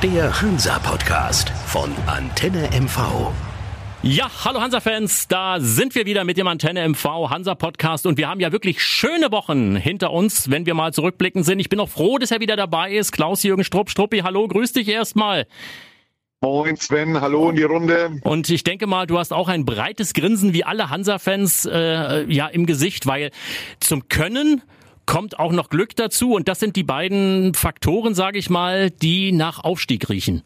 Der Hansa-Podcast von Antenne MV. Ja, hallo Hansa-Fans, da sind wir wieder mit dem Antenne MV Hansa-Podcast und wir haben ja wirklich schöne Wochen hinter uns, wenn wir mal zurückblicken sind. Ich bin auch froh, dass er wieder dabei ist. Klaus-Jürgen Strupp. Struppi, hallo, grüß dich erstmal. Moin Sven, hallo in die Runde. Und ich denke mal, du hast auch ein breites Grinsen wie alle Hansa-Fans im Gesicht, weil zum Können kommt auch noch Glück dazu und das sind die beiden Faktoren, sage ich mal, die nach Aufstieg riechen.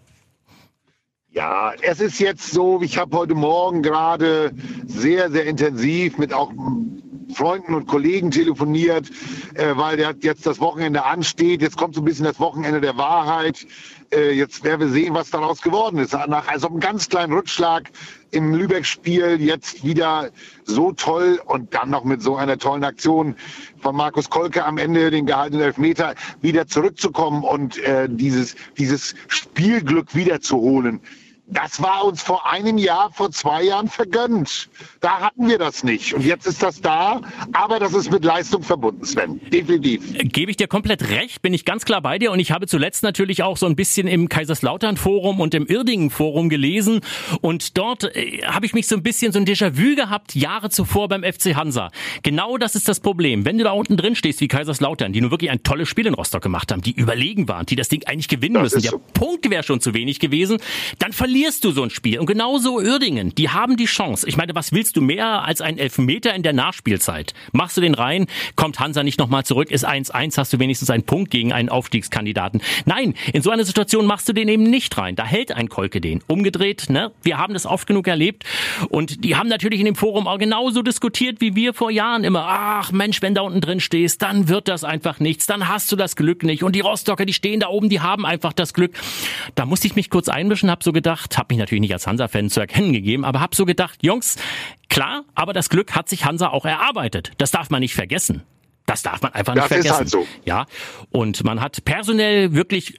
Ja, es ist jetzt so, ich habe heute Morgen gerade sehr, sehr intensiv mit auch Freunden und Kollegen telefoniert, weil jetzt das Wochenende ansteht. Jetzt kommt so ein bisschen das Wochenende der Wahrheit. Jetzt werden wir sehen, was daraus geworden ist. Nach einem ganz kleinen Rückschlag im Lübeck-Spiel jetzt wieder so toll und dann noch mit so einer tollen Aktion von Markus Kolke am Ende, den gehaltenen Elfmeter, wieder zurückzukommen und dieses Spielglück wiederzuholen. Das war uns vor einem Jahr, vor 2 Jahren vergönnt. Da hatten wir das nicht. Und jetzt ist das da, aber das ist mit Leistung verbunden, Sven. Definitiv. Gebe ich dir komplett recht, bin ich ganz klar bei dir. Und ich habe zuletzt natürlich auch so ein bisschen im Kaiserslautern-Forum und im Irdingen-Forum gelesen. Und dort habe ich mich so ein bisschen so ein Déjà-vu gehabt, Jahre zuvor beim FC Hansa. Genau das ist das Problem. Wenn du da unten drin stehst wie Kaiserslautern, die nur wirklich ein tolles Spiel in Rostock gemacht haben, die überlegen waren, die das Ding eigentlich gewinnen müssen, der Punkt wäre schon zu wenig gewesen, dann verlierst du so ein Spiel. Und genauso Irdingen, die haben die Chance. Ich meine, was willst du mehr als einen Elfmeter in der Nachspielzeit? Machst du den rein, kommt Hansa nicht nochmal zurück, ist 1-1, hast du wenigstens einen Punkt gegen einen Aufstiegskandidaten. Nein, in so einer Situation machst du den eben nicht rein. Da hält ein Kolke den. Umgedreht, ne? Wir haben das oft genug erlebt. Und die haben natürlich in dem Forum auch genauso diskutiert, wie wir vor Jahren immer. Ach Mensch, wenn da unten drin stehst, dann wird das einfach nichts. Dann hast du das Glück nicht. Und die Rostocker, die stehen da oben, die haben einfach das Glück. Da musste ich mich kurz einmischen, hab so gedacht, habe mich natürlich nicht als Hansa-Fan zu erkennen gegeben, aber habe so gedacht, Jungs, klar, aber das Glück hat sich Hansa auch erarbeitet. Das darf man nicht vergessen. Das darf man einfach nicht vergessen. Das ist halt so. Ja, und man hat personell wirklich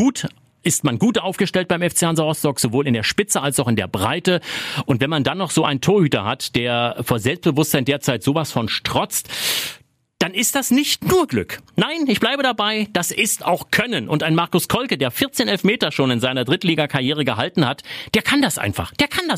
ist man gut aufgestellt beim FC Hansa Rostock, sowohl in der Spitze als auch in der Breite. Und wenn man dann noch so einen Torhüter hat, der vor Selbstbewusstsein derzeit sowas von strotzt, dann ist das nicht nur Glück. Nein, ich bleibe dabei, das ist auch Können. Und ein Markus Kolke, der 14 Elfmeter schon in seiner Drittligakarriere gehalten hat, der kann das einfach.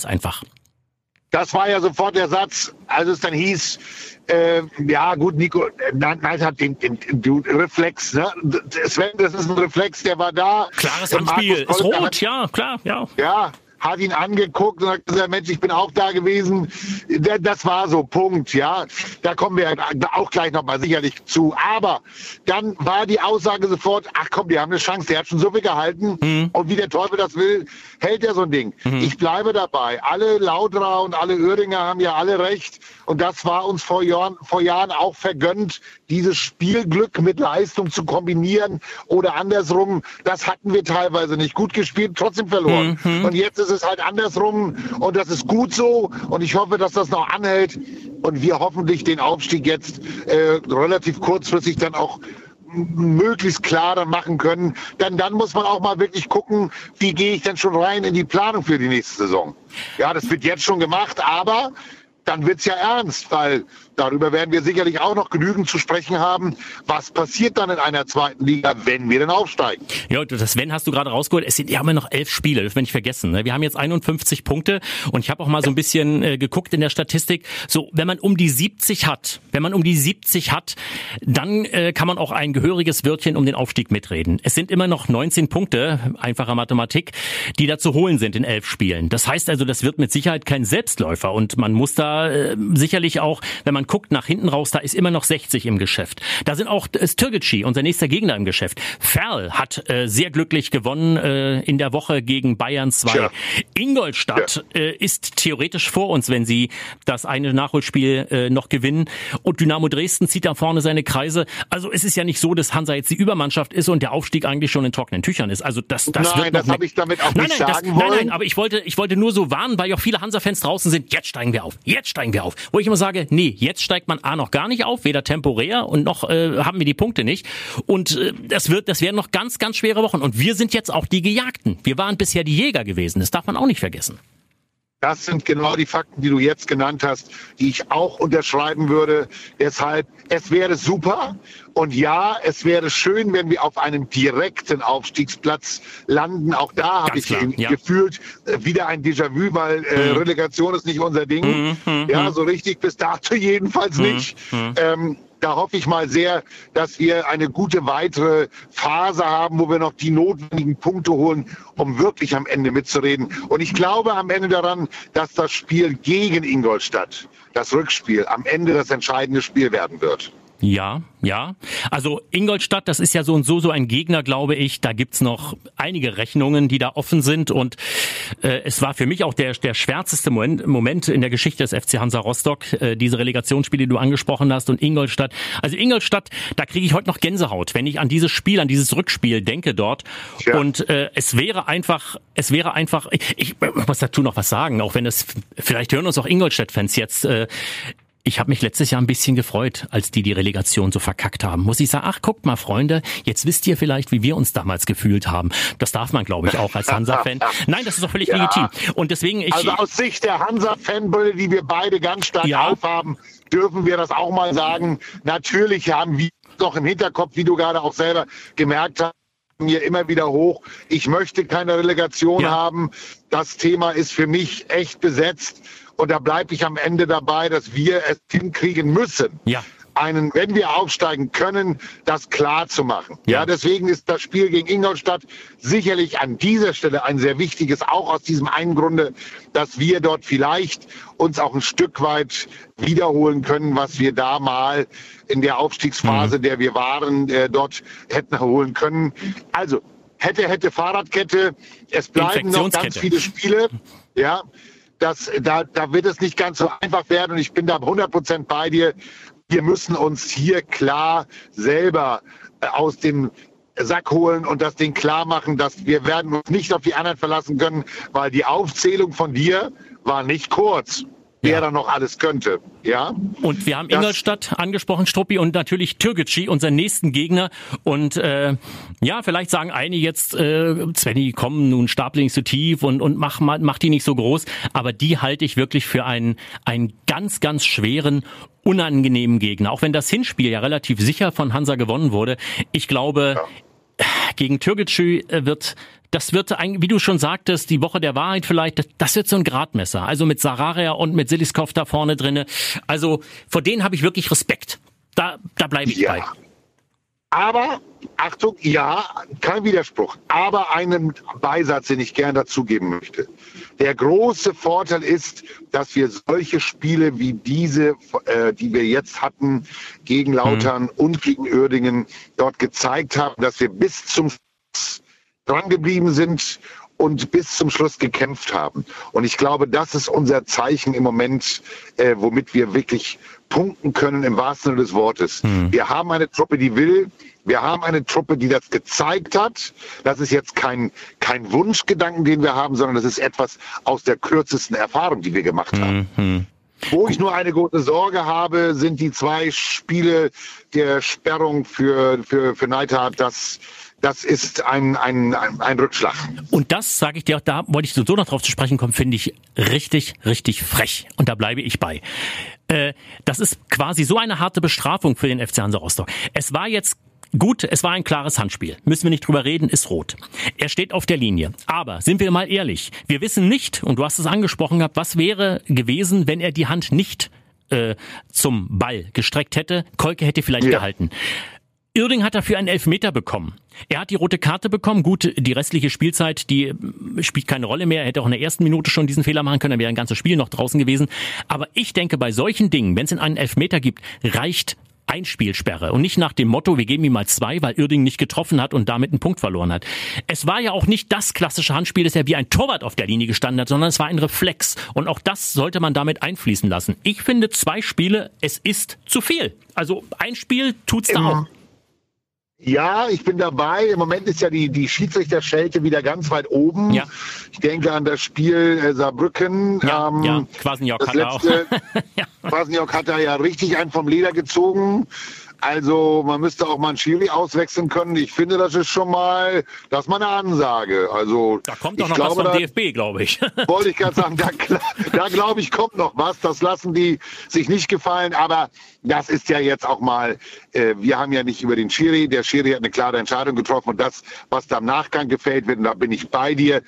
Das war ja sofort der Satz, als es dann hieß, ja gut, Nico, nein, hat den Reflex, ne? Sven, das ist ein Reflex, der war da. Klares Handspiel, ist rot, ja, klar, ja. Ja. Hat ihn angeguckt und hat gesagt, Mensch, ich bin auch da gewesen. Das war so, Punkt, ja. Da kommen wir auch gleich nochmal sicherlich zu. Aber dann war die Aussage sofort, ach komm, die haben eine Chance, der hat schon so viel gehalten. Und wie der Teufel das will, hält er so ein Ding. Ich bleibe dabei. Alle Lauterer und alle Uerdinger haben ja alle recht. Und das war uns vor Jahren auch vergönnt, dieses Spielglück mit Leistung zu kombinieren oder andersrum. Das hatten wir teilweise nicht gut gespielt, trotzdem verloren. Und jetzt ist es halt andersrum und das ist gut so und ich hoffe, dass das noch anhält und wir hoffentlich den Aufstieg jetzt relativ kurzfristig dann auch möglichst klar dann machen können. Denn dann muss man auch mal wirklich gucken, wie gehe ich denn schon rein in die Planung für die nächste Saison. Ja, das wird jetzt schon gemacht, aber dann wird's ja ernst, weil darüber werden wir sicherlich auch noch genügend zu sprechen haben. Was passiert dann in einer zweiten Liga, wenn wir denn aufsteigen? Ja, das Wenn hast du gerade rausgeholt. Es sind ja immer noch 11 Spiele, das will ich nicht vergessen. Wir haben jetzt 51 Punkte und ich habe auch mal so ein bisschen geguckt in der Statistik. So, wenn man um die 70 hat, dann kann man auch ein gehöriges Wörtchen um den Aufstieg mitreden. Es sind immer noch 19 Punkte, einfacher Mathematik, die da zu holen sind in 11 Spielen. Das heißt also, das wird mit Sicherheit kein Selbstläufer und man muss da sicherlich auch, wenn man guckt nach hinten raus, da ist immer noch 60 im Geschäft. Da sind auch Sturgeci, unser nächster Gegner, im Geschäft. Ferl hat sehr glücklich gewonnen in der Woche gegen Bayern 2. Ja. Ingolstadt ist theoretisch vor uns, wenn sie das eine Nachholspiel noch gewinnen. Und Dynamo Dresden zieht da vorne seine Kreise. Also es ist ja nicht so, dass Hansa jetzt die Übermannschaft ist und der Aufstieg eigentlich schon in trockenen Tüchern ist. Also das wird noch habe ich damit auch nicht sagen wollen. Nein, aber ich wollte nur so warnen, weil ja auch viele Hansa-Fans draußen sind. Jetzt steigen wir auf. Wo ich immer sage, nee, jetzt steigt man noch gar nicht auf, weder temporär und noch haben wir die Punkte nicht. Und das werden noch ganz, ganz schwere Wochen. Und wir sind jetzt auch die Gejagten. Wir waren bisher die Jäger gewesen. Das darf man auch nicht vergessen. Das sind genau die Fakten, die du jetzt genannt hast, die ich auch unterschreiben würde. Deshalb, es wäre super. Und ja, es wäre schön, wenn wir auf einem direkten Aufstiegsplatz landen. Auch da habe ich gefühlt wieder ein Déjà-vu, weil Relegation ist nicht unser Ding. Ja, so richtig bis dato jedenfalls nicht. Da hoffe ich mal sehr, dass wir eine gute weitere Phase haben, wo wir noch die notwendigen Punkte holen, um wirklich am Ende mitzureden. Und ich glaube am Ende daran, dass das Spiel gegen Ingolstadt, das Rückspiel, am Ende das entscheidende Spiel werden wird. Ja. Also Ingolstadt, das ist ja so und so ein Gegner, glaube ich. Da gibt's noch einige Rechnungen, die da offen sind. Und es war für mich auch der schwärzeste Moment in der Geschichte des FC Hansa Rostock, diese Relegationsspiele, die du angesprochen hast, und Ingolstadt. Also Ingolstadt, da kriege ich heute noch Gänsehaut, wenn ich an dieses Spiel, an dieses Rückspiel denke dort. Ja. Und es wäre einfach, ich muss dazu noch was sagen, auch wenn es, vielleicht hören uns auch Ingolstadt-Fans jetzt, ich habe mich letztes Jahr ein bisschen gefreut, als die Relegation so verkackt haben. Muss ich sagen, ach, guckt mal, Freunde, jetzt wisst ihr vielleicht, wie wir uns damals gefühlt haben. Das darf man, glaube ich, auch als Hansa-Fan. Nein, das ist doch völlig legitim. Und deswegen also aus Sicht der Hansa-Fanbrille, die wir beide ganz stark aufhaben, dürfen wir das auch mal sagen. Natürlich haben wir doch im Hinterkopf, wie du gerade auch selber gemerkt hast, mir immer wieder hoch. Ich möchte keine Relegation haben. Das Thema ist für mich echt besetzt. Und da bleibe ich am Ende dabei, dass wir es hinkriegen müssen, wenn wir aufsteigen können, das klar zu machen. Ja, deswegen ist das Spiel gegen Ingolstadt sicherlich an dieser Stelle ein sehr wichtiges, auch aus diesem einen Grunde, dass wir dort vielleicht uns auch ein Stück weit wiederholen können, was wir da mal in der Aufstiegsphase, der wir waren, dort hätten holen können. Also, hätte Fahrradkette, es bleiben noch ganz viele Spiele, da wird es nicht ganz so einfach werden, und ich bin da 100% bei dir. Wir müssen uns hier klar selber aus dem Sack holen und das Ding klar machen, dass wir werden uns nicht auf die anderen verlassen können, weil die Aufzählung von dir war nicht kurz. Wer da noch alles könnte, Und wir haben Ingolstadt angesprochen, Struppi, und natürlich Türgeci, unseren nächsten Gegner. Und vielleicht sagen einige jetzt, Svenny, komm, nun stapel nicht so tief und mach die nicht so groß. Aber die halte ich wirklich für einen ganz, ganz schweren, unangenehmen Gegner. Auch wenn das Hinspiel ja relativ sicher von Hansa gewonnen wurde. Ich glaube, gegen Türgeci das wird, wie du schon sagtest, die Woche der Wahrheit vielleicht, das wird so ein Gradmesser. Also mit Sararia und mit Siliskov da vorne drinne. Also vor denen habe ich wirklich Respekt. Da bleibe ich bei. Aber, Achtung, kein Widerspruch, aber einen Beisatz, den ich gern dazugeben möchte. Der große Vorteil ist, dass wir solche Spiele wie diese, die wir jetzt hatten, gegen Lautern und gegen Uerdingen, dort gezeigt haben, dass wir bis zum Schluss dran geblieben sind und bis zum Schluss gekämpft haben. Und ich glaube, das ist unser Zeichen im Moment, womit wir wirklich punkten können, im wahrsten Sinne des Wortes. Wir haben eine Truppe, die will. Wir haben eine Truppe, die das gezeigt hat. Das ist jetzt kein Wunschgedanken, den wir haben, sondern das ist etwas aus der kürzesten Erfahrung, die wir gemacht haben. Wo ich nur eine große Sorge habe, sind die 2 Spiele der Sperrung für Neidhardt. Das ist ein Rückschlag. Und das, sage ich dir auch, da wollte ich so noch drauf zu sprechen kommen, finde ich richtig, richtig frech. Und da bleibe ich bei. Das ist quasi so eine harte Bestrafung für den FC Hansa Rostock. Es war jetzt gut, es war ein klares Handspiel. Müssen wir nicht drüber reden, ist rot. Er steht auf der Linie. Aber sind wir mal ehrlich, wir wissen nicht, und du hast es angesprochen gehabt, was wäre gewesen, wenn er die Hand nicht zum Ball gestreckt hätte. Kolke hätte vielleicht gehalten. Uerdingen hat dafür einen Elfmeter bekommen. Er hat die rote Karte bekommen. Gut, die restliche Spielzeit, die spielt keine Rolle mehr. Er hätte auch in der ersten Minute schon diesen Fehler machen können, dann wäre ein ganzes Spiel noch draußen gewesen. Aber ich denke, bei solchen Dingen, wenn es einen Elfmeter gibt, reicht Einspielsperre und nicht nach dem Motto, wir geben ihm mal 2, weil Uerdingen nicht getroffen hat und damit einen Punkt verloren hat. Es war ja auch nicht das klassische Handspiel, dass er wie ein Torwart auf der Linie gestanden hat, sondern es war ein Reflex. Und auch das sollte man damit einfließen lassen. Ich finde 2 Spiele, es ist zu viel. Also ein Spiel tut's da auch. Ja, ich bin dabei. Im Moment ist ja die Schiedsrichterschelte wieder ganz weit oben. Ja. Ich denke an das Spiel Saarbrücken. Kwasniok hat er auch. Kwasniok hat da ja richtig einen vom Leder gezogen. Also man müsste auch mal einen Schiri auswechseln können. Ich finde, das ist mal eine Ansage. Also da kommt doch noch was vom DFB, glaube ich. Wollte ich gerade sagen, da glaube ich, kommt noch was. Das lassen die sich nicht gefallen. Aber das ist ja jetzt auch mal, wir haben ja nicht über den Schiri. Der Schiri hat eine klare Entscheidung getroffen. Und das, was da im Nachgang gefällt wird, und da bin ich bei dir,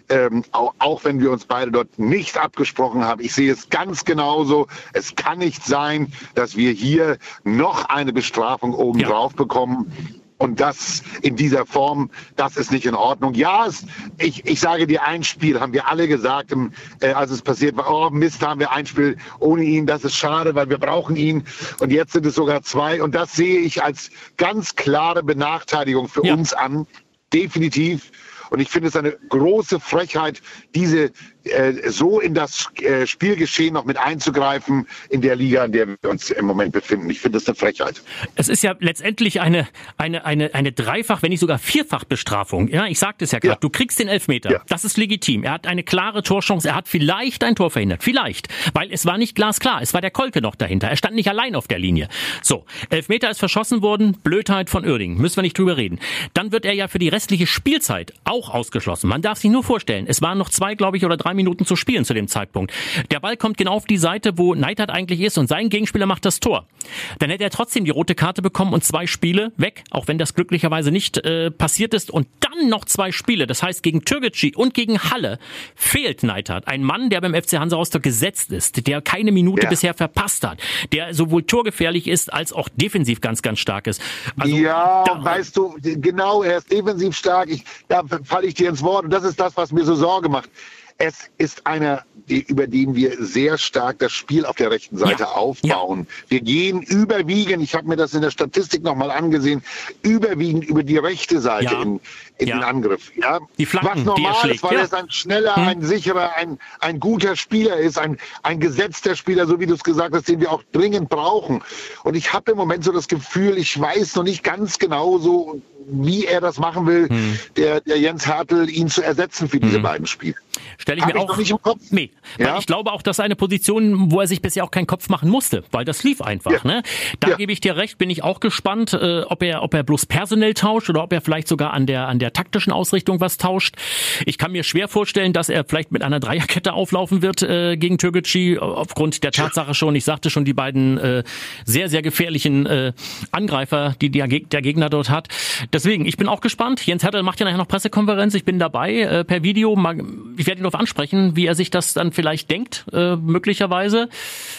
auch wenn wir uns beide dort nicht abgesprochen haben. Ich sehe es ganz genauso. Es kann nicht sein, dass wir hier noch eine Bestrafung obendrauf bekommen. Und das in dieser Form, das ist nicht in Ordnung. Ja, ich sage dir, ein Spiel haben wir alle gesagt, als es passiert war, oh Mist, haben wir ein Spiel ohne ihn, das ist schade, weil wir brauchen ihn. Und jetzt sind es sogar 2. Und das sehe ich als ganz klare Benachteiligung für uns an. Definitiv. Und ich finde es eine große Frechheit, diese so in das Spielgeschehen noch mit einzugreifen in der Liga, in der wir uns im Moment befinden. Ich finde das eine Frechheit. Es ist ja letztendlich eine Dreifach, wenn nicht sogar Vierfach-Bestrafung. Ja, ich sagte es ja gerade. Du kriegst den Elfmeter. Ja. Das ist legitim. Er hat eine klare Torchance. Er hat vielleicht ein Tor verhindert. Vielleicht. Weil es war nicht glasklar. Es war der Kolke noch dahinter. Er stand nicht allein auf der Linie. So. Elfmeter ist verschossen worden. Blödheit von Uerdingen. Müssen wir nicht drüber reden. Dann wird er ja für die restliche Spielzeit auch ausgeschlossen. Man darf sich nur vorstellen. Es waren noch 2, glaube ich, oder 3 Minuten zu spielen zu dem Zeitpunkt. Der Ball kommt genau auf die Seite, wo Neidhardt eigentlich ist und sein Gegenspieler macht das Tor. Dann hätte er trotzdem die rote Karte bekommen und 2 Spiele weg, auch wenn das glücklicherweise nicht passiert ist. Und dann noch 2 Spiele, das heißt gegen Türkgücü und gegen Halle fehlt Neidhardt. Ein Mann, der beim FC Hansa Rostock gesetzt ist, der keine Minute bisher verpasst hat, der sowohl torgefährlich ist, als auch defensiv ganz, ganz stark ist. Also, weißt du, genau, er ist defensiv stark. Da falle ich dir ins Wort und das ist das, was mir so Sorge macht. Es ist einer, über den wir sehr stark das Spiel auf der rechten Seite aufbauen. Ja. Wir gehen überwiegend, ich habe mir das in der Statistik nochmal angesehen, überwiegend über die rechte Seite in den Angriff. Ja? Die Flanken, was normal ist, weil es ein schneller, ein sicherer, ein guter Spieler ist, ein gesetzter Spieler, so wie du es gesagt hast, den wir auch dringend brauchen. Und ich habe im Moment so das Gefühl, ich weiß noch nicht ganz genau so, wie er das machen will, der Jens Hertel, ihn zu ersetzen für diese beiden Spiele. Stelle ich mir auch nicht im Kopf. Nee, weil ich glaube auch, das ist eine Position, wo er sich bisher auch keinen Kopf machen musste, weil das lief einfach. Ja. Ne? Da gebe ich dir recht, bin ich auch gespannt, ob er bloß personell tauscht oder ob er vielleicht sogar an der taktischen Ausrichtung was tauscht. Ich kann mir schwer vorstellen, dass er vielleicht mit einer Dreierkette auflaufen wird gegen Türkgücü, aufgrund der Tatsache schon, ich sagte schon, die beiden sehr, sehr gefährlichen Angreifer, die der Gegner dort hat. Deswegen, ich bin auch gespannt. Jens Hertel macht ja nachher noch Pressekonferenz. Ich bin dabei per Video. Ich werde ihn darauf ansprechen, wie er sich das dann vielleicht denkt, möglicherweise.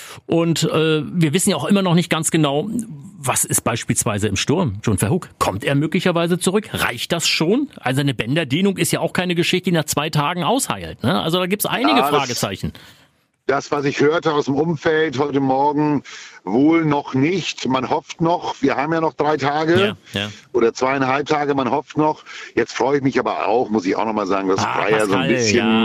Und wir wissen ja auch immer noch nicht ganz genau, was ist beispielsweise im Sturm. John Verhoek, kommt er möglicherweise zurück? Reicht das schon? Also eine Bänderdehnung ist ja auch keine Geschichte, die nach 2 Tagen ausheilt. Ne? Also da gibt es einige Fragezeichen. Das, was ich hörte aus dem Umfeld heute Morgen, wohl noch nicht. Man hofft noch. Wir haben ja noch 3 Tage oder 2,5 Tage. Man hofft noch. Jetzt freue ich mich aber auch, muss ich auch noch mal sagen, dass Breyer so ein bisschen,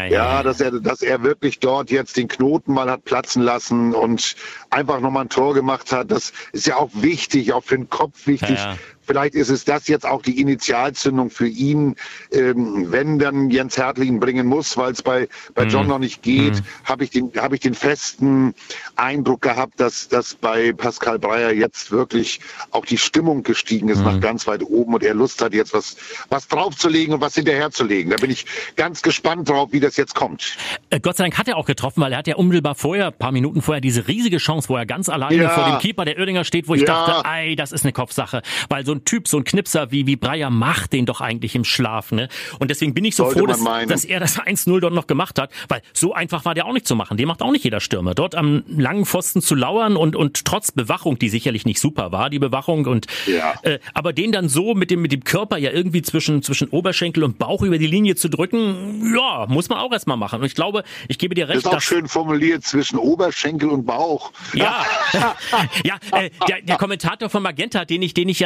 dass er wirklich dort jetzt den Knoten mal hat platzen lassen und einfach noch mal ein Tor gemacht hat. Das ist ja auch wichtig, auch für den Kopf wichtig. Ja. Vielleicht ist es das jetzt auch die Initialzündung für ihn, wenn dann Jens Hertel ihn bringen muss, weil es bei John noch nicht geht, habe ich den festen Eindruck gehabt, dass bei Pascal Breyer jetzt wirklich auch die Stimmung gestiegen ist nach ganz weit oben und er Lust hat, jetzt was draufzulegen und was hinterherzulegen. Da bin ich ganz gespannt drauf, wie das jetzt kommt. Gott sei Dank hat er auch getroffen, weil er hat ja unmittelbar vorher, ein paar Minuten vorher, diese riesige Chance, wo er ganz alleine vor dem Keeper der Uerdinger steht, wo ich dachte, das ist eine Kopfsache, weil so ein Typ, so ein Knipser wie Breyer macht den doch eigentlich im Schlaf. Ne? Und deswegen bin ich so froh, dass er das 1-0 dort noch gemacht hat, weil so einfach war der auch nicht zu machen. Den macht auch nicht jeder Stürmer. Dort am langen Pfosten zu lauern und trotz Bewachung, die sicherlich nicht super war, die Bewachung, und aber den dann so mit dem Körper ja irgendwie zwischen Oberschenkel und Bauch über die Linie zu drücken, muss man auch erstmal machen. Und ich glaube, ich gebe dir recht. Das ist auch schön formuliert, zwischen Oberschenkel und Bauch. Ja, der Kommentator von Magenta, den ich ja dann,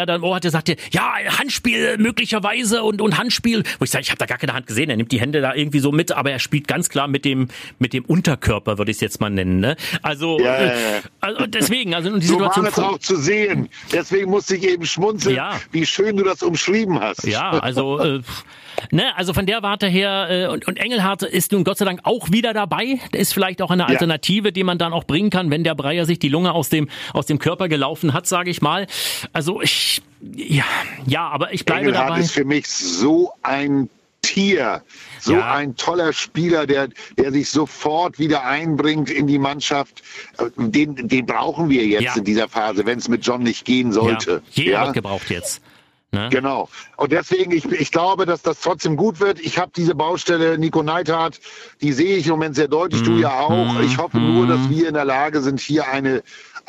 Leute sagte, ja, Handspiel möglicherweise und Handspiel. Wo ich sage, ich habe da gar keine Hand gesehen. Er nimmt die Hände da irgendwie so mit, aber er spielt ganz klar mit dem Unterkörper, würde ich es jetzt mal nennen. Ne? Also, also deswegen, also die Situation. So war es auch zu sehen. Deswegen musste ich eben schmunzeln, wie schön du das umschrieben hast. Ja, also also von der Warte her, und Engelhardt ist nun Gott sei Dank auch wieder dabei. Das ist vielleicht auch eine Alternative, die man dann auch bringen kann, wenn der Breyer sich die Lunge aus dem Körper gelaufen hat, sage ich mal. Also aber ich bleibe Engelhardt dabei. Ist für mich so ein Tier, ein toller Spieler, der sich sofort wieder einbringt in die Mannschaft. Den brauchen wir jetzt in dieser Phase, wenn es mit John nicht gehen sollte. Jeder wird gebraucht jetzt. Ne? Genau. Und deswegen, ich glaube, dass das trotzdem gut wird. Ich habe diese Baustelle Nico Neidhardt, die sehe ich im Moment sehr deutlich, du ja auch. Ich hoffe nur, dass wir in der Lage sind, hier eine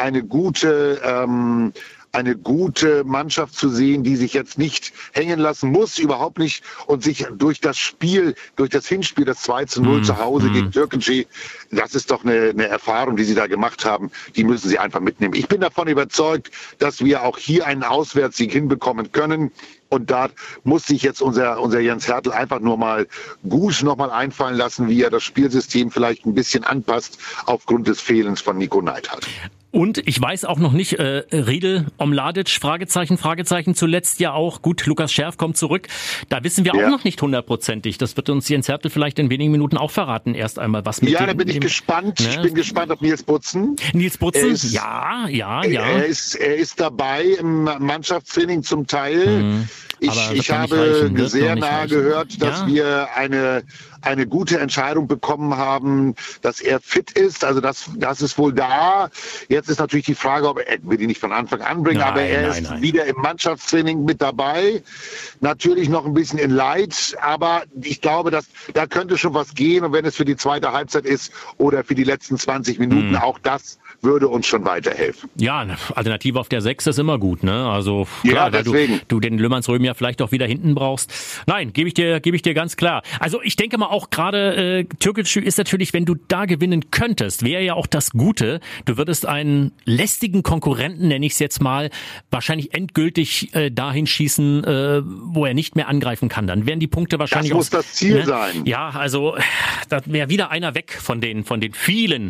gute Mannschaft zu sehen, die sich jetzt nicht hängen lassen muss, überhaupt nicht, und sich durch das Hinspiel, das 2:0 zu Hause gegen Türkgücü, das ist doch eine Erfahrung, die sie da gemacht haben, die müssen sie einfach mitnehmen. Ich bin davon überzeugt, dass wir auch hier einen Auswärtssieg hinbekommen können. Und da muss sich jetzt unser Jens Hertel einfach nur mal gut nochmal einfallen lassen, wie er das Spielsystem vielleicht ein bisschen anpasst aufgrund des Fehlens von Nico Neidhardt. Und ich weiß auch noch nicht, Riedel, Omladic, Fragezeichen, zuletzt ja auch. Gut, Lukas Scherf kommt zurück. Da wissen wir auch noch nicht hundertprozentig. Das wird uns Jens Hertel vielleicht in wenigen Minuten auch verraten. Erst einmal was mit dem... Ja, da bin ich gespannt. Ne? Ich bin gespannt auf Nils Butzen. Nils Butzen, ja. Er ist dabei im Mannschaftstraining zum Teil. Ich habe sehr nahe gehört, dass wir eine gute Entscheidung bekommen haben, dass er fit ist. Also das ist wohl da. Jetzt ist natürlich die Frage, ob er will ihn nicht von Anfang an bringen, aber er ist wieder im Mannschaftstraining mit dabei. Natürlich noch ein bisschen in Leid, aber ich glaube, dass da könnte schon was gehen. Und wenn es für die zweite Halbzeit ist oder für die letzten 20 Minuten, auch das würde uns schon weiterhelfen. Ja, eine Alternative auf der 6 ist immer gut, ne? Also klar, weil du den Löhmannsröhm ja vielleicht auch wieder hinten brauchst. Nein, gebe ich dir ganz klar. Also ich denke mal auch gerade Türkgücü ist natürlich, wenn du da gewinnen könntest, wäre ja auch das Gute. Du würdest einen lästigen Konkurrenten, nenne ich es jetzt mal, wahrscheinlich endgültig dahin schießen, wo er nicht mehr angreifen kann. Dann wären die Punkte wahrscheinlich... Das muss das Ziel sein. Ja, also da wäre wieder einer weg von den vielen,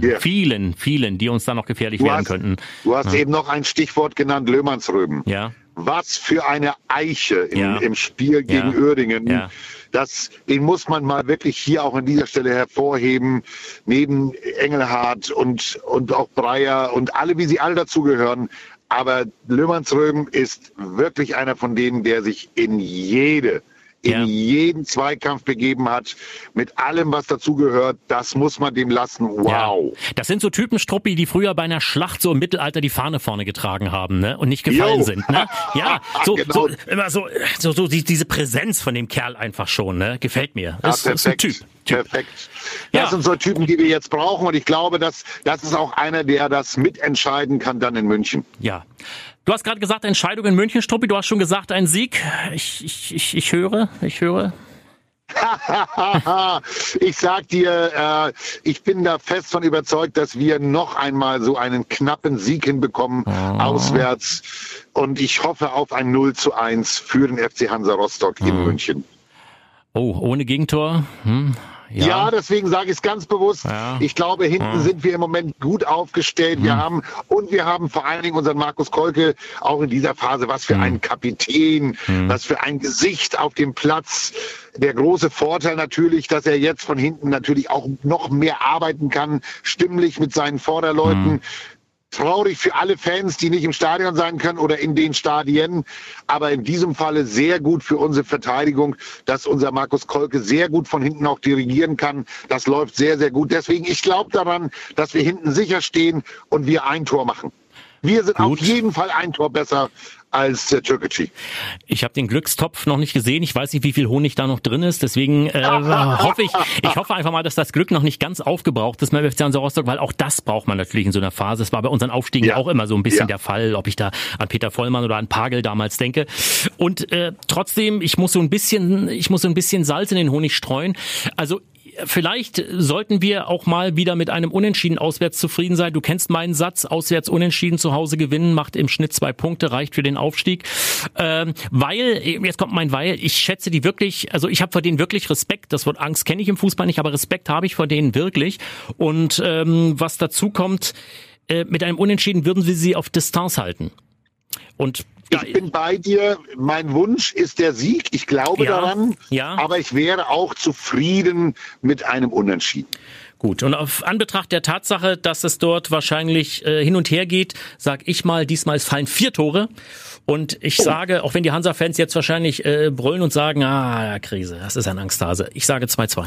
die uns da noch gefährlich werden könnten. Du hast eben noch ein Stichwort genannt, Löhmannsröben. Ja. Was für eine Eiche im Spiel gegen Uerdingen. Ja. Den muss man mal wirklich hier auch an dieser Stelle hervorheben. Neben Engelhardt und auch Breyer und alle, wie sie alle dazugehören. Aber Löhmannsröben ist wirklich einer von denen, der sich in jeden Zweikampf begeben hat, mit allem, was dazugehört, das muss man dem lassen. Wow. Ja. Das sind so Typen, Struppi, die früher bei einer Schlacht so im Mittelalter die Fahne vorne getragen haben, ne? Und nicht gefallen sind, ne? Ja, genau. so diese Präsenz von dem Kerl einfach schon, ne? Gefällt mir. Das ist ein Typ. Perfekt. Das sind so Typen, die wir jetzt brauchen, und ich glaube, das ist auch einer, der das mitentscheiden kann dann in München. Ja. Du hast gerade gesagt, Entscheidung in München, Struppi. Du hast schon gesagt, ein Sieg. Ich höre. Ich sag dir, ich bin da fest von überzeugt, dass wir noch einmal so einen knappen Sieg hinbekommen, auswärts. Und ich hoffe auf ein 0:1 für den FC Hansa Rostock in München. Oh, ohne Gegentor? Ja, deswegen sage ich es ganz bewusst. Ja. Ich glaube, hinten sind wir im Moment gut aufgestellt. Wir haben vor allen Dingen unseren Markus Kolke auch in dieser Phase. Was für ein Kapitän, was für ein Gesicht auf dem Platz. Der große Vorteil natürlich, dass er jetzt von hinten natürlich auch noch mehr arbeiten kann, stimmlich mit seinen Vorderleuten. Traurig für alle Fans, die nicht im Stadion sein können oder in den Stadien. Aber in diesem Falle sehr gut für unsere Verteidigung, dass unser Markus Kolke sehr gut von hinten auch dirigieren kann. Das läuft sehr, sehr gut. Deswegen, ich glaube daran, dass wir hinten sicher stehen und wir ein Tor machen. Wir sind auf jeden Fall ein Tor besser als Türkgücü. Ich habe den Glückstopf noch nicht gesehen. Ich weiß nicht, wie viel Honig da noch drin ist. Deswegen hoffe ich einfach mal, dass das Glück noch nicht ganz aufgebraucht ist beim FC Hansa Rostock, weil auch das braucht man natürlich in so einer Phase. Das war bei unseren Aufstiegen auch immer so ein bisschen der Fall, ob ich da an Peter Vollmann oder an Pagel damals denke. Und trotzdem, ich muss so ein bisschen Salz in den Honig streuen. Also vielleicht sollten wir auch mal wieder mit einem Unentschieden auswärts zufrieden sein. Du kennst meinen Satz, auswärts unentschieden, zu Hause gewinnen, macht im Schnitt 2 Punkte, reicht für den Aufstieg. Jetzt kommt mein Weil, ich schätze die wirklich, also ich habe vor denen wirklich Respekt. Das Wort Angst kenne ich im Fußball nicht, aber Respekt habe ich vor denen wirklich. Und was dazu kommt, mit einem Unentschieden würden wir sie auf Distanz halten. Und ich bin bei dir. Mein Wunsch ist der Sieg. Ich glaube daran. Ja. Aber ich wäre auch zufrieden mit einem Unentschieden. Gut. Und auf Anbetracht der Tatsache, dass es dort wahrscheinlich hin und her geht, sag ich mal, diesmal fallen 4 Tore. Und ich sage, auch wenn die Hansa-Fans jetzt wahrscheinlich brüllen und sagen, Krise, das ist ein Angsthase. Ich sage 2-2.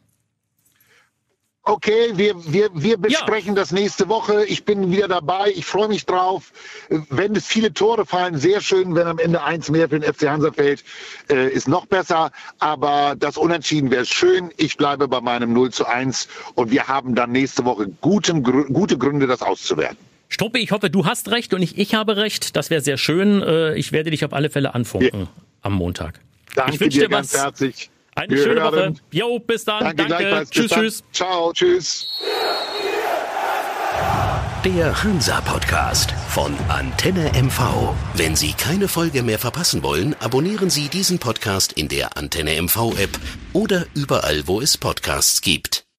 Okay, wir besprechen das nächste Woche. Ich bin wieder dabei. Ich freue mich drauf. Wenn es viele Tore fallen, sehr schön. Wenn am Ende 1 mehr für den FC Hansa fällt, ist noch besser. Aber das Unentschieden wäre schön. Ich bleibe bei meinem 0-1. Und wir haben dann nächste Woche gute Gründe, das auszuwerten. Struppi, ich hoffe, du hast recht und nicht ich habe recht. Das wäre sehr schön. Ich werde dich auf alle Fälle anfunken am Montag. Danke dir ganz herzlich. Eine schöne Woche. Jo, bis dann. Danke. Tschüss. Ciao, tschüss. Der Hansa-Podcast von Antenne MV. Wenn Sie keine Folge mehr verpassen wollen, abonnieren Sie diesen Podcast in der Antenne MV-App oder überall, wo es Podcasts gibt.